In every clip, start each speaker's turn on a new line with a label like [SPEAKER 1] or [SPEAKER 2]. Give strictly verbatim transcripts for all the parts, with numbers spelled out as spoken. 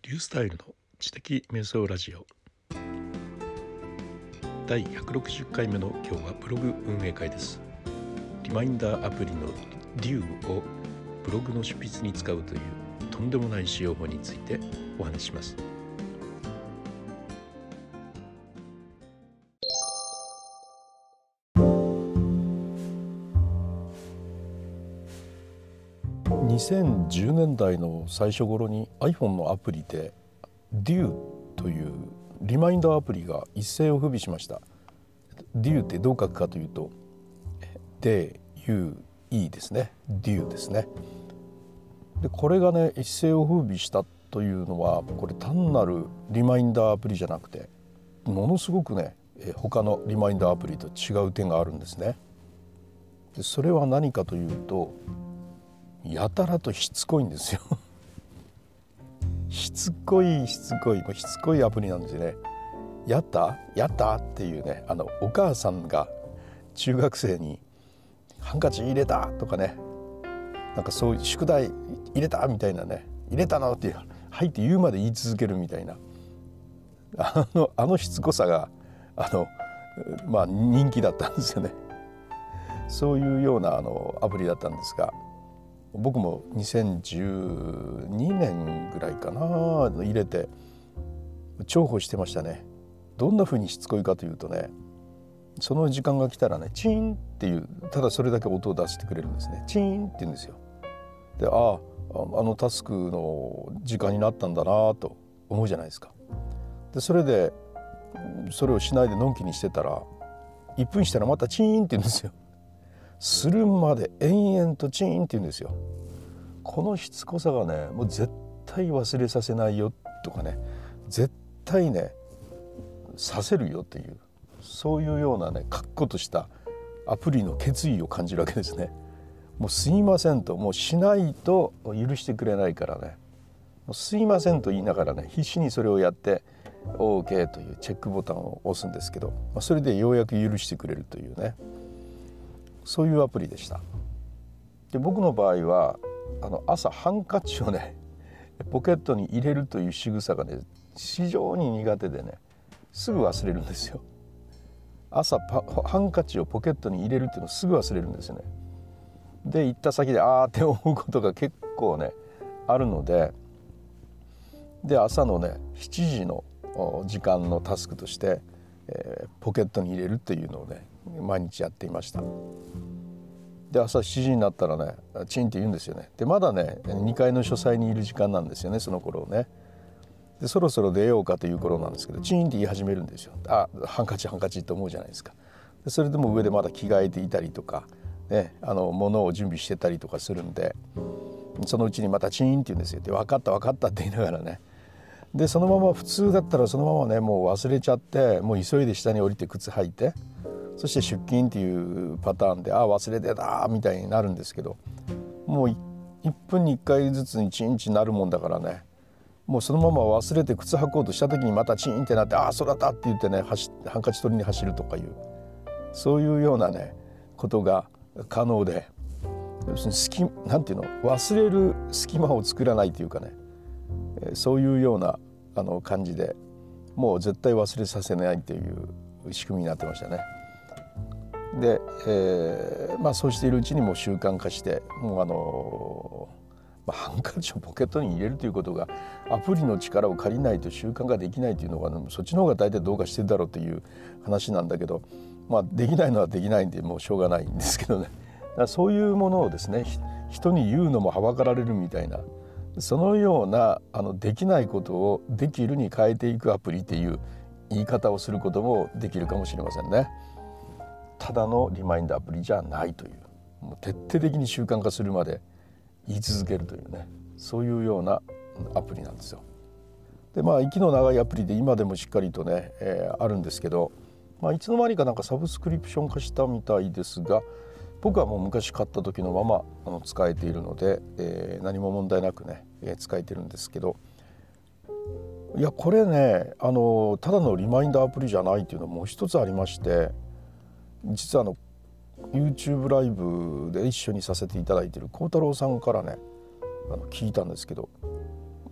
[SPEAKER 1] リュースタイルの知的瞑想ラジオだいひゃくろくじゅっかいめの今日はブログ運営会です。リマインダーアプリのデューをブログの執筆に使うというとんでもない使用法についてお話しします。にせんじゅうねんだいの最初頃に iPhone のアプリで デュー というリマインダーアプリが一世を風靡しました。 デュー ってどう書くかというと デーユーイー ですね。 デュー ですね。でこれがね一世を風靡したというのはこれ単なるリマインダーアプリじゃなくてものすごくね他のリマインダーアプリと違う点があるんですね。でそれは何かというとやたらとしつこいんですよしつこいしつこいしつこいアプリなんですよね。やったやったっていうねあのお母さんが中学生にハンカチ入れたとかねなんかそういう宿題入れたみたいなね入れたのってはいって言うまで言い続けるみたいなあのあのしつこさがあのまあ人気だったんですよね。そういうようなあのアプリだったんですが僕もにせんじゅうにねんぐらいかな入れて重宝してましたね。どんな風にしつこいかというとねその時間が来たらねチーンっていうただそれだけ音を出してくれるんですね。チーンって言うんですよ。であああのタスクの時間になったんだなと思うじゃないですか。でそれでそれをしないでのんきにしてたらいっぷんしたらまたチーンって言うんですよ。するまで延々とチーンって言うんですよ。このしつこさがねもう絶対忘れさせないよとかね絶対ねさせるよっていうそういうようなね確固としたアプリの決意を感じるわけですね。もうすいませんともうしないと許してくれないからねもうすいませんと言いながらね必死にそれをやって OK というチェックボタンを押すんですけどそれでようやく許してくれるというねそういうアプリでした。で僕の場合はあの朝ハンカチをねポケットに入れるという仕草がね非常に苦手でねすぐ忘れるんですよ。朝パハンカチをポケットに入れるっていうのをすぐ忘れるんですよね。で行った先であーって思うことが結構ねあるのでで朝のねしちじの時間のタスクとして、えー、ポケットに入れるっていうのをね毎日やっていました。で朝しちじになったらねチンって言うんですよね。でまだねにかいの書斎にいる時間なんですよねその頃ね。でそろそろ出ようかという頃なんですけどチンって言い始めるんですよ。あハンカチハンカチって思うじゃないですか。でそれでも上でまだ着替えていたりとか、ね、あの物を準備してたりとかするんでそのうちにまたチンって言うんですよ。で分かった分かったって言いながらねでそのまま普通だったらそのままねもう忘れちゃってもう急いで下に降りて靴履いてそして出勤っていうパターンであ忘れてたみたいになるんですけどもういっぷんにいっかいずつにチンチンなるもんだからねもうそのまま忘れて靴履こうとした時にまたチンってなってあそうだったって言ってね走ハンカチ取りに走るとかいうそういうようなねことが可能で要するに隙なんていうの忘れる隙間を作らないというかねそういうようなあの感じでもう絶対忘れさせないという仕組みになってましたね。で、えーまあ、そうしているうちにもう習慣化してもうあの、まあ、ハンカチをポケットに入れるということがアプリの力を借りないと習慣ができないというのが、ね、そっちの方が大体どうかしてるだろうという話なんだけど、まあ、できないのはできないんでもうしょうがないんですけどねだからそういうものをですね人に言うのもはばかられるみたいなそのようなあのできないことをできるに変えていくアプリっていう言い方をすることもできるかもしれませんね。ただのリマインダーアプリじゃないというもう徹底的に習慣化するまで言い続けるというねそういうようなアプリなんですよ。でまあ息の長いアプリで今でもしっかりとね、えー、あるんですけど、まあ、いつの間にかなんかサブスクリプション化したみたいですが僕はもう昔買った時のままあの使えているので、えー、何も問題なくね、えー、使えてるんですけどいやこれねあのただのリマインダーアプリじゃないというのもう一つありまして実はあの YouTube ライブで一緒にさせていただいている幸太郎さんからねあの聞いたんですけど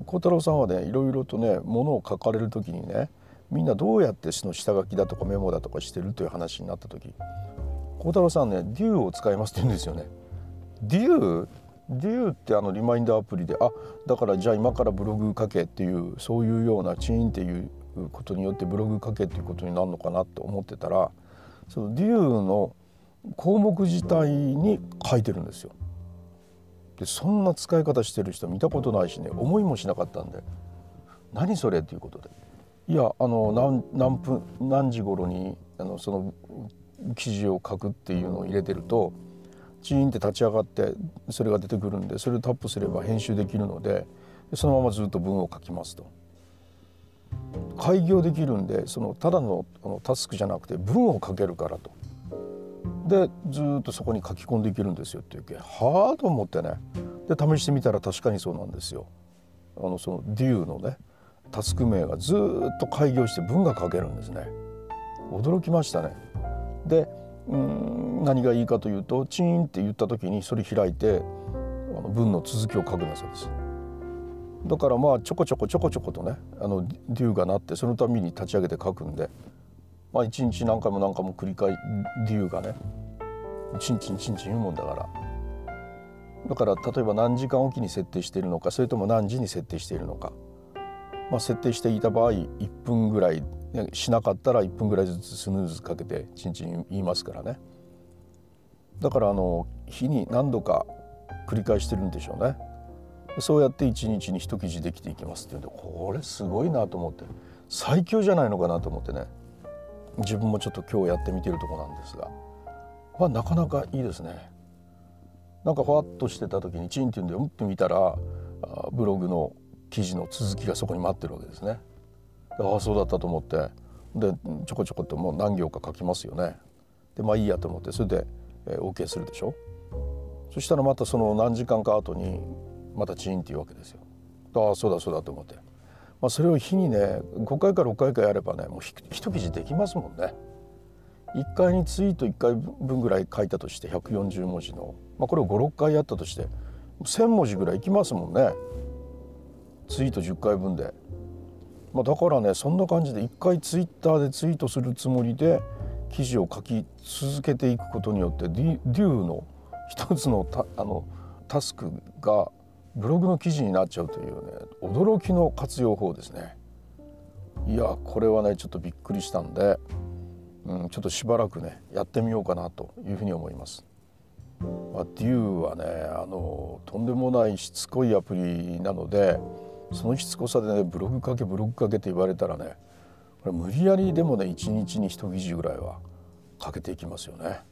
[SPEAKER 1] 孝太郎さんはねいろいろとねものを書かれる時にね、みんなどうやってその下書きだとかメモだとかしてるという話になった時、孝太郎さんねデューを使いますって言うんですよね。デューデューってあのリマインダーアプリで、あだからじゃあ今からブログ書けっていう、そういうようなチーンっていうことによってブログ書けっていうことになるのかなと思ってたら、そのデューの項目自体に書いてるんですよ。でそんな使い方してる人見たことないしね、思いもしなかったんで、何それっていうことで、いやあの 何, 何分何時頃にあのその記事を書くっていうのを入れてるとチーンって立ち上がってそれが出てくるんで、それをタップすれば編集できるので、そのままずっと文を書きますと。開業できるんで、そのただのタスクじゃなくて文を書けるからと。でずっとそこに書き込んでいけるんですよっていうけ、はあと思ってね、で試してみたら確かにそうなんですよ。あのそのデューのねタスク名がずっと開業して文が書けるんですね。驚きましたね。でうん何がいいかというと、チーンって言った時にそれ開いてあの文の続きを書くんだそうです。だからまあちょこちょこちょこちょことねあのデューが鳴って、そのたびに立ち上げて書くんで、まあ一日何回も何回も繰り返デューがねチンチンチンチン言うもんだから、だから例えば何時間おきに設定しているのか、それとも何時に設定しているのか、まあ、設定していた場合いっぷんぐらいしなかったらいっぷんぐらいずつスヌーズかけてチンチン言いますからね。だからあの日に何度か繰り返してるんでしょうね。そうやって一日に一記事できていきますっていうんで、これすごいなと思って、最強じゃないのかなと思ってね、自分もちょっと今日やってみてるところなんですが、まあ、なかなかいいですね。なんかふわっとしてた時にチンって言うんでうんって見たらブログの記事の続きがそこに待ってるわけですね。ああそうだったと思って、でちょこちょこってもう何行か書きますよね。でまあいいやと思って、それで、えー、OK するでしょ。そしたらまたその何時間か後にまたチーンって言うわけですよ。ああそうだそうだと思って、まあ、それを日にねごかいかろっかいかやればねもう一記事できますもんね。いっかいにツイートいっかいぶんぐらい書いたとしてひゃくよんじゅうもじの、まあ、これをごろっかいやったとしてせんもじぐらいいきますもんね、ツイートじゅっかいぶんで。まあ、だからねそんな感じでいっかいツイッターでツイートするつもりで記事を書き続けていくことによってデューの一つの タ, あのタスクがブログの記事になっちゃうというね驚きの活用法ですね。いやこれはねちょっとびっくりしたんで、うん、ちょっとしばらくねやってみようかなというふうに思います。まあ、デューはねあのとんでもないしつこいアプリなので、そのしつこさでねブログ書けブログ書けって言われたらね、これ無理やりでもねいちにちに一記事ぐらいは書けていきますよね。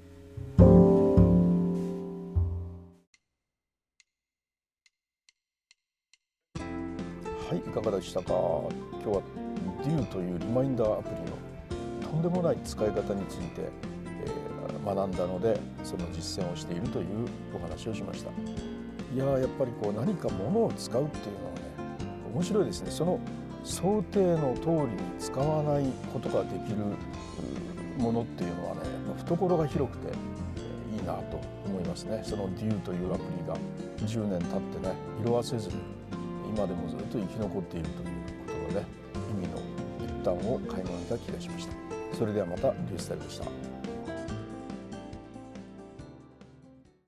[SPEAKER 1] はい、いかがでしたか。今日はデューというリマインダーアプリのとんでもない使い方について、えー、学んだので、その実践をしているというお話をしました。いややっぱりこう何か物を使うっていうのはね面白いですね。その想定の通りに使わないことができるものっていうのはね懐が広くていいなと思いますね。そのデューというアプリがじゅうねん経ってね色あせずに今でもずっと生き残っているということがね意味の一端を垣間見た気がしました。それではまたリュースタイルでした。